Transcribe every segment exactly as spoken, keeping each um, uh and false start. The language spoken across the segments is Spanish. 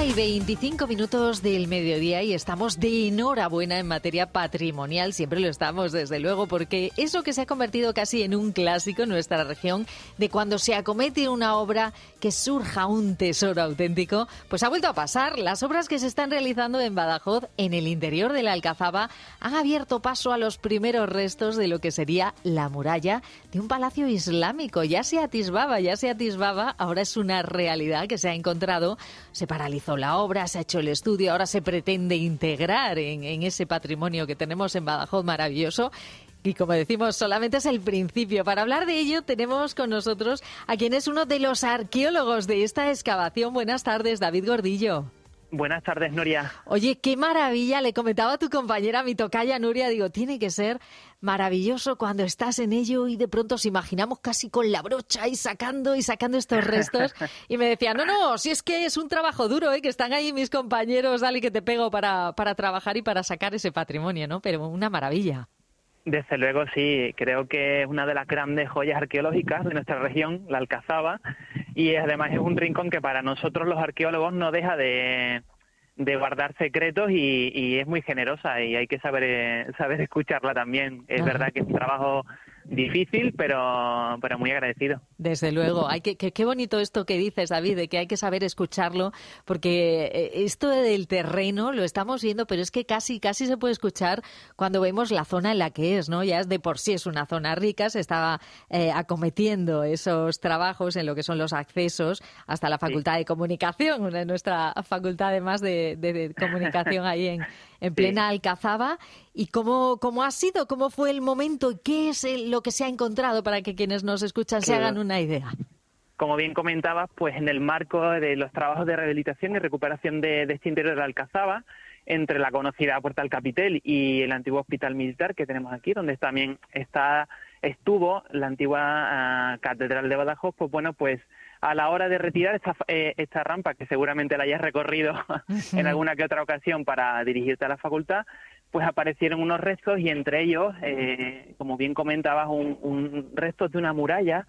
y veinticinco minutos del mediodía y estamos de enhorabuena en materia patrimonial. Siempre lo estamos, desde luego, porque eso que se ha convertido casi en un clásico en nuestra región, de cuando se acomete una obra que surja un tesoro auténtico, pues ha vuelto a pasar. Las obras que se están realizando en Badajoz, en el interior de la Alcazaba, han abierto paso a los primeros restos de lo que sería la muralla de un palacio islámico. Ya se atisbaba, ya se atisbaba, ahora es una realidad que se ha encontrado. Se paralizó la obra, se ha hecho el estudio, ahora se pretende integrar en, en ese patrimonio que tenemos en Badajoz maravilloso. Y como decimos, solamente es el principio. Para hablar de ello tenemos con nosotros a quien es uno de los arqueólogos de esta excavación. Buenas tardes, David Gordillo. Buenas tardes, Nuria. Oye, qué maravilla, le comentaba a tu compañera, mi tocaya Nuria, digo, tiene que ser maravilloso cuando estás en ello y de pronto os imaginamos casi con la brocha y sacando y sacando estos restos. Y me decía, no, no, si es que es un trabajo duro, ¿eh? Que están ahí mis compañeros, dale que te pego para, para trabajar y para sacar ese patrimonio, ¿no? Pero una maravilla. Desde luego, sí. Creo que es una de las grandes joyas arqueológicas de nuestra región, la Alcazaba, y además es un rincón que para nosotros los arqueólogos no deja de, de guardar secretos y, y es muy generosa y hay que saber eh, saber escucharla también. Es Ajá. verdad que es un trabajo difícil, pero pero muy agradecido. Desde luego. Hay que, que, qué bonito esto que dices, David, de que hay que saber escucharlo, porque esto del terreno lo estamos viendo, pero es que casi casi se puede escuchar cuando vemos la zona en la que es, ¿no? Ya es de por sí es una zona rica, se estaba eh, acometiendo esos trabajos en lo que son los accesos hasta la Facultad sí. de Comunicación, una de nuestra facultad además de, de, de comunicación ahí en, en plena sí. Alcazaba. ¿Y cómo, cómo ha sido? ¿Cómo fue el momento? ¿Qué es el, lo que se ha encontrado para que quienes nos escuchan se hagan una idea? Como bien comentabas, pues en el marco de los trabajos de rehabilitación y recuperación de, de este interior de la Alcazaba, entre la conocida Puerta del Capitel y el antiguo hospital militar que tenemos aquí, donde también está estuvo la antigua uh, Catedral de Badajoz, pues bueno, pues a la hora de retirar esta, eh, esta rampa, que seguramente la hayas recorrido en alguna que otra ocasión para dirigirte a la facultad, pues aparecieron unos restos y entre ellos, eh, como bien comentabas, un, un restos de una muralla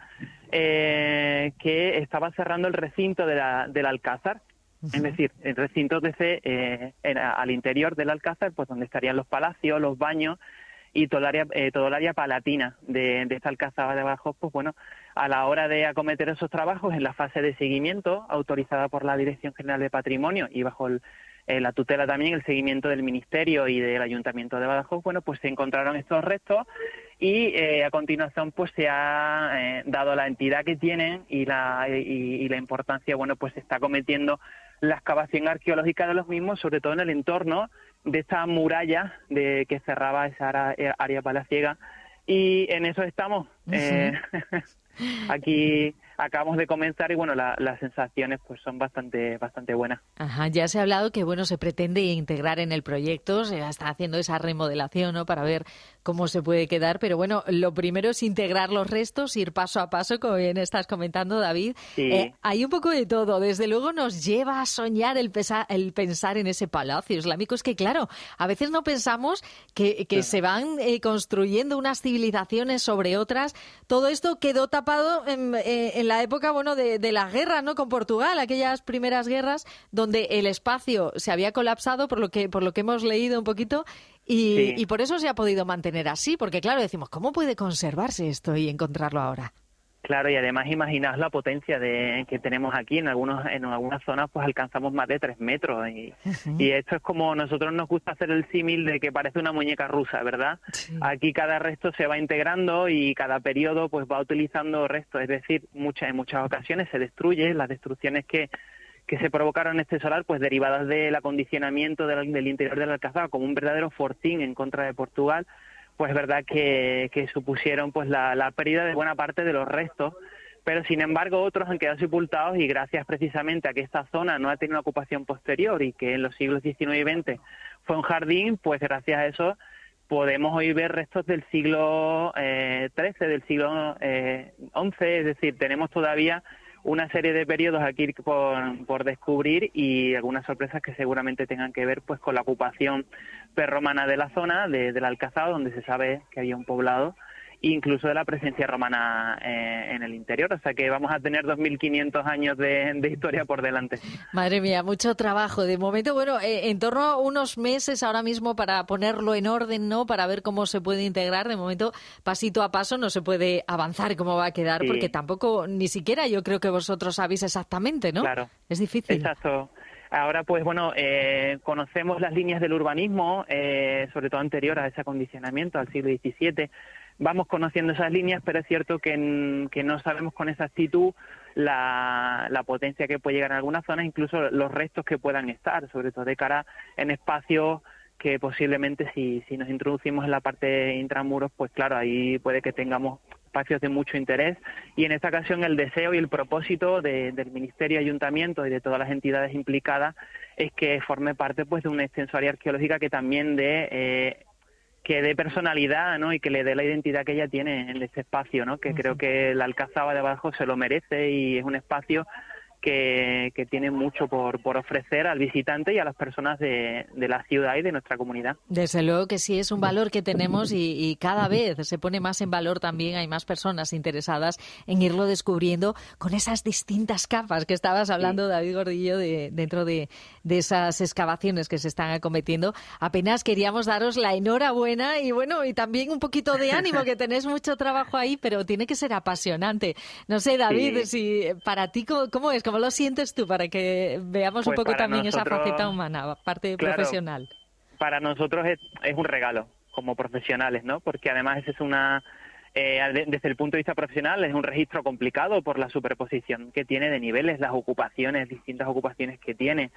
eh, que estaba cerrando el recinto de la, del Alcázar. Uh-huh. Es decir, el recinto de ese, eh, era al interior del Alcázar, pues donde estarían los palacios, los baños y toda el área, eh, toda el área palatina de, de esta Alcazaba de Badajoz. Pues bueno, a la hora de acometer esos trabajos en la fase de seguimiento, autorizada por la Dirección General de Patrimonio y bajo el Eh, la tutela también, el seguimiento del Ministerio y del Ayuntamiento de Badajoz, bueno, pues se encontraron estos restos y eh, a continuación pues se ha eh, dado la entidad que tienen y la, y, y la importancia, bueno, pues se está cometiendo la excavación arqueológica de los mismos, sobre todo en el entorno de esta muralla de que cerraba esa área, área palaciega, y en eso estamos. Uh-huh. eh, aquí acabamos de comenzar y bueno, la, las sensaciones pues son bastante bastante buenas. Ajá, ya se ha hablado que bueno, se pretende integrar en el proyecto, se está haciendo esa remodelación, ¿no?, para ver cómo se puede quedar, pero bueno, lo primero es integrar los restos, ir paso a paso, como bien estás comentando, David. Sí. Eh, hay un poco de todo, desde luego nos lleva a soñar el, pesa, el pensar en ese palacio islámico. Es que claro, a veces no pensamos que, que sí. se van eh, construyendo unas civilizaciones sobre otras. Todo esto quedó tapado en, eh, en la época, bueno, de, de las guerras, ¿no?, con Portugal, aquellas primeras guerras donde el espacio se había colapsado, por lo que por lo que hemos leído un poquito, y, sí. y por eso se ha podido mantener así, porque claro, decimos, ¿cómo puede conservarse esto y encontrarlo ahora? Claro, y además imaginaos la potencia de que tenemos aquí. En algunos en algunas zonas pues alcanzamos más de tres metros y, uh-huh. y esto es como nosotros nos gusta hacer el símil de que parece una muñeca rusa, ¿verdad? Sí. Aquí cada resto se va integrando y cada periodo pues va utilizando restos, es decir, muchas en muchas ocasiones se destruye. Las destrucciones que que se provocaron en este solar, pues derivadas del acondicionamiento del, del interior de la Alcazaba como un verdadero fortín en contra de Portugal, pues es verdad que, que supusieron pues la, la pérdida de buena parte de los restos, pero sin embargo otros han quedado sepultados y gracias precisamente a que esta zona no ha tenido una ocupación posterior y que en los siglos diecinueve y veinte fue un jardín, pues gracias a eso podemos hoy ver restos del siglo eh, trece, del siglo eh, once, es decir, tenemos todavía una serie de periodos aquí por, por descubrir y algunas sorpresas que seguramente tengan que ver pues con la ocupación prerromana de la zona, de, de la Alcazaba, donde se sabe que había un poblado, incluso de la presencia romana eh, en el interior. O sea que vamos a tener dos mil quinientos años de, de historia por delante. Madre mía, mucho trabajo. De momento, bueno, eh, en torno a unos meses ahora mismo para ponerlo en orden, ¿no? Para ver cómo se puede integrar. De momento, pasito a paso, no se puede avanzar cómo va a quedar, sí. Porque tampoco, ni siquiera yo creo que vosotros sabéis exactamente, ¿no? Claro. Es difícil. Exacto. Ahora, pues bueno, eh, conocemos las líneas del urbanismo, eh, sobre todo anterior a ese acondicionamiento, al siglo diecisiete. Vamos conociendo esas líneas, pero es cierto que, en, que no sabemos con exactitud la, la potencia que puede llegar en algunas zonas, incluso los restos que puedan estar, sobre todo de cara en espacios que posiblemente si, si nos introducimos en la parte intramuros, pues claro, ahí puede que tengamos espacios de mucho interés, y en esta ocasión el deseo y el propósito de, del Ministerio, Ayuntamiento y de todas las entidades implicadas es que forme parte pues de una extenso área arqueológica que también dé eh, que dé personalidad, ¿no? Y que le dé la identidad que ella tiene en este espacio, ¿no? Que uh-huh. Creo que la Alcazaba de abajo se lo merece y es un espacio que, que tiene mucho por, por ofrecer al visitante y a las personas de, de la ciudad y de nuestra comunidad. Desde luego que sí, es un valor que tenemos y, y cada vez se pone más en valor también. Hay más personas interesadas en irlo descubriendo con esas distintas capas que estabas hablando, sí. David Gordillo, de, dentro de, de esas excavaciones que se están acometiendo. Apenas queríamos daros la enhorabuena y bueno, y también un poquito de ánimo, que tenés mucho trabajo ahí, pero tiene que ser apasionante. No sé, David, sí. si para ti, ¿cómo, cómo es? ¿Cómo lo sientes tú? Para que veamos pues un poco también nosotros, esa faceta humana, parte claro, profesional. Para nosotros es, es un regalo como profesionales, ¿no? Porque además es una, eh, desde el punto de vista profesional, es un registro complicado por la superposición que tiene de niveles, las ocupaciones, distintas ocupaciones que tiene.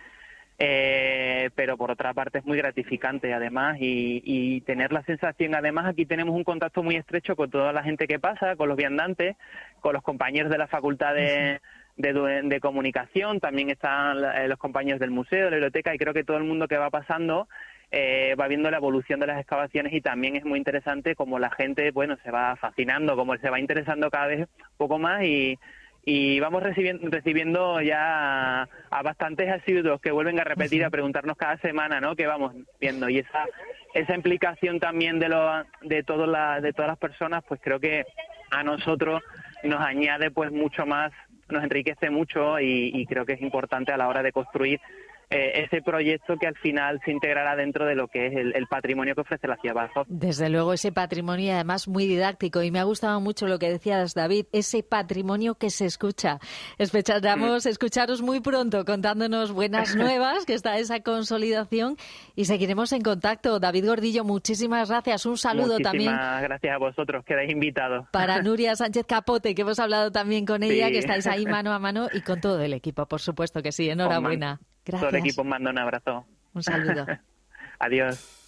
Eh, pero por otra parte es muy gratificante además y, y tener la sensación, además aquí tenemos un contacto muy estrecho con toda la gente que pasa, con los viandantes, con los compañeros de la facultad de... Uh-huh. De, de comunicación, también están los compañeros del museo, de la biblioteca, y creo que todo el mundo que va pasando eh, va viendo la evolución de las excavaciones, y también es muy interesante como la gente, bueno, se va fascinando, como se va interesando cada vez un poco más, y, y vamos recibiendo, recibiendo ya a, a bastantes asiduos que vuelven a repetir, a preguntarnos cada semana, ¿no?, que vamos viendo, y esa esa implicación también de lo, de todo la, de todas las personas, pues creo que a nosotros nos añade pues mucho más, nos enriquece mucho y, y creo que es importante a la hora de construir eh, ese proyecto que al final se integrará dentro de lo que es el, el patrimonio que ofrece la ciudad de Badajoz. Desde luego, ese patrimonio, y además muy didáctico, y me ha gustado mucho lo que decías, David, ese patrimonio que se escucha. Esperamos mm. escucharos muy pronto contándonos buenas nuevas, que está esa consolidación, y seguiremos en contacto. David Gordillo, muchísimas gracias. Un saludo muchísimas también. Muchísimas gracias a vosotros, quedáis invitados. Para Nuria Sánchez Capote, que hemos hablado también con ella, sí. que estáis ahí mano a mano, y con todo el equipo, por supuesto que sí. Enhorabuena. Gracias. Todo el equipo manda un abrazo. Un saludo. Adiós.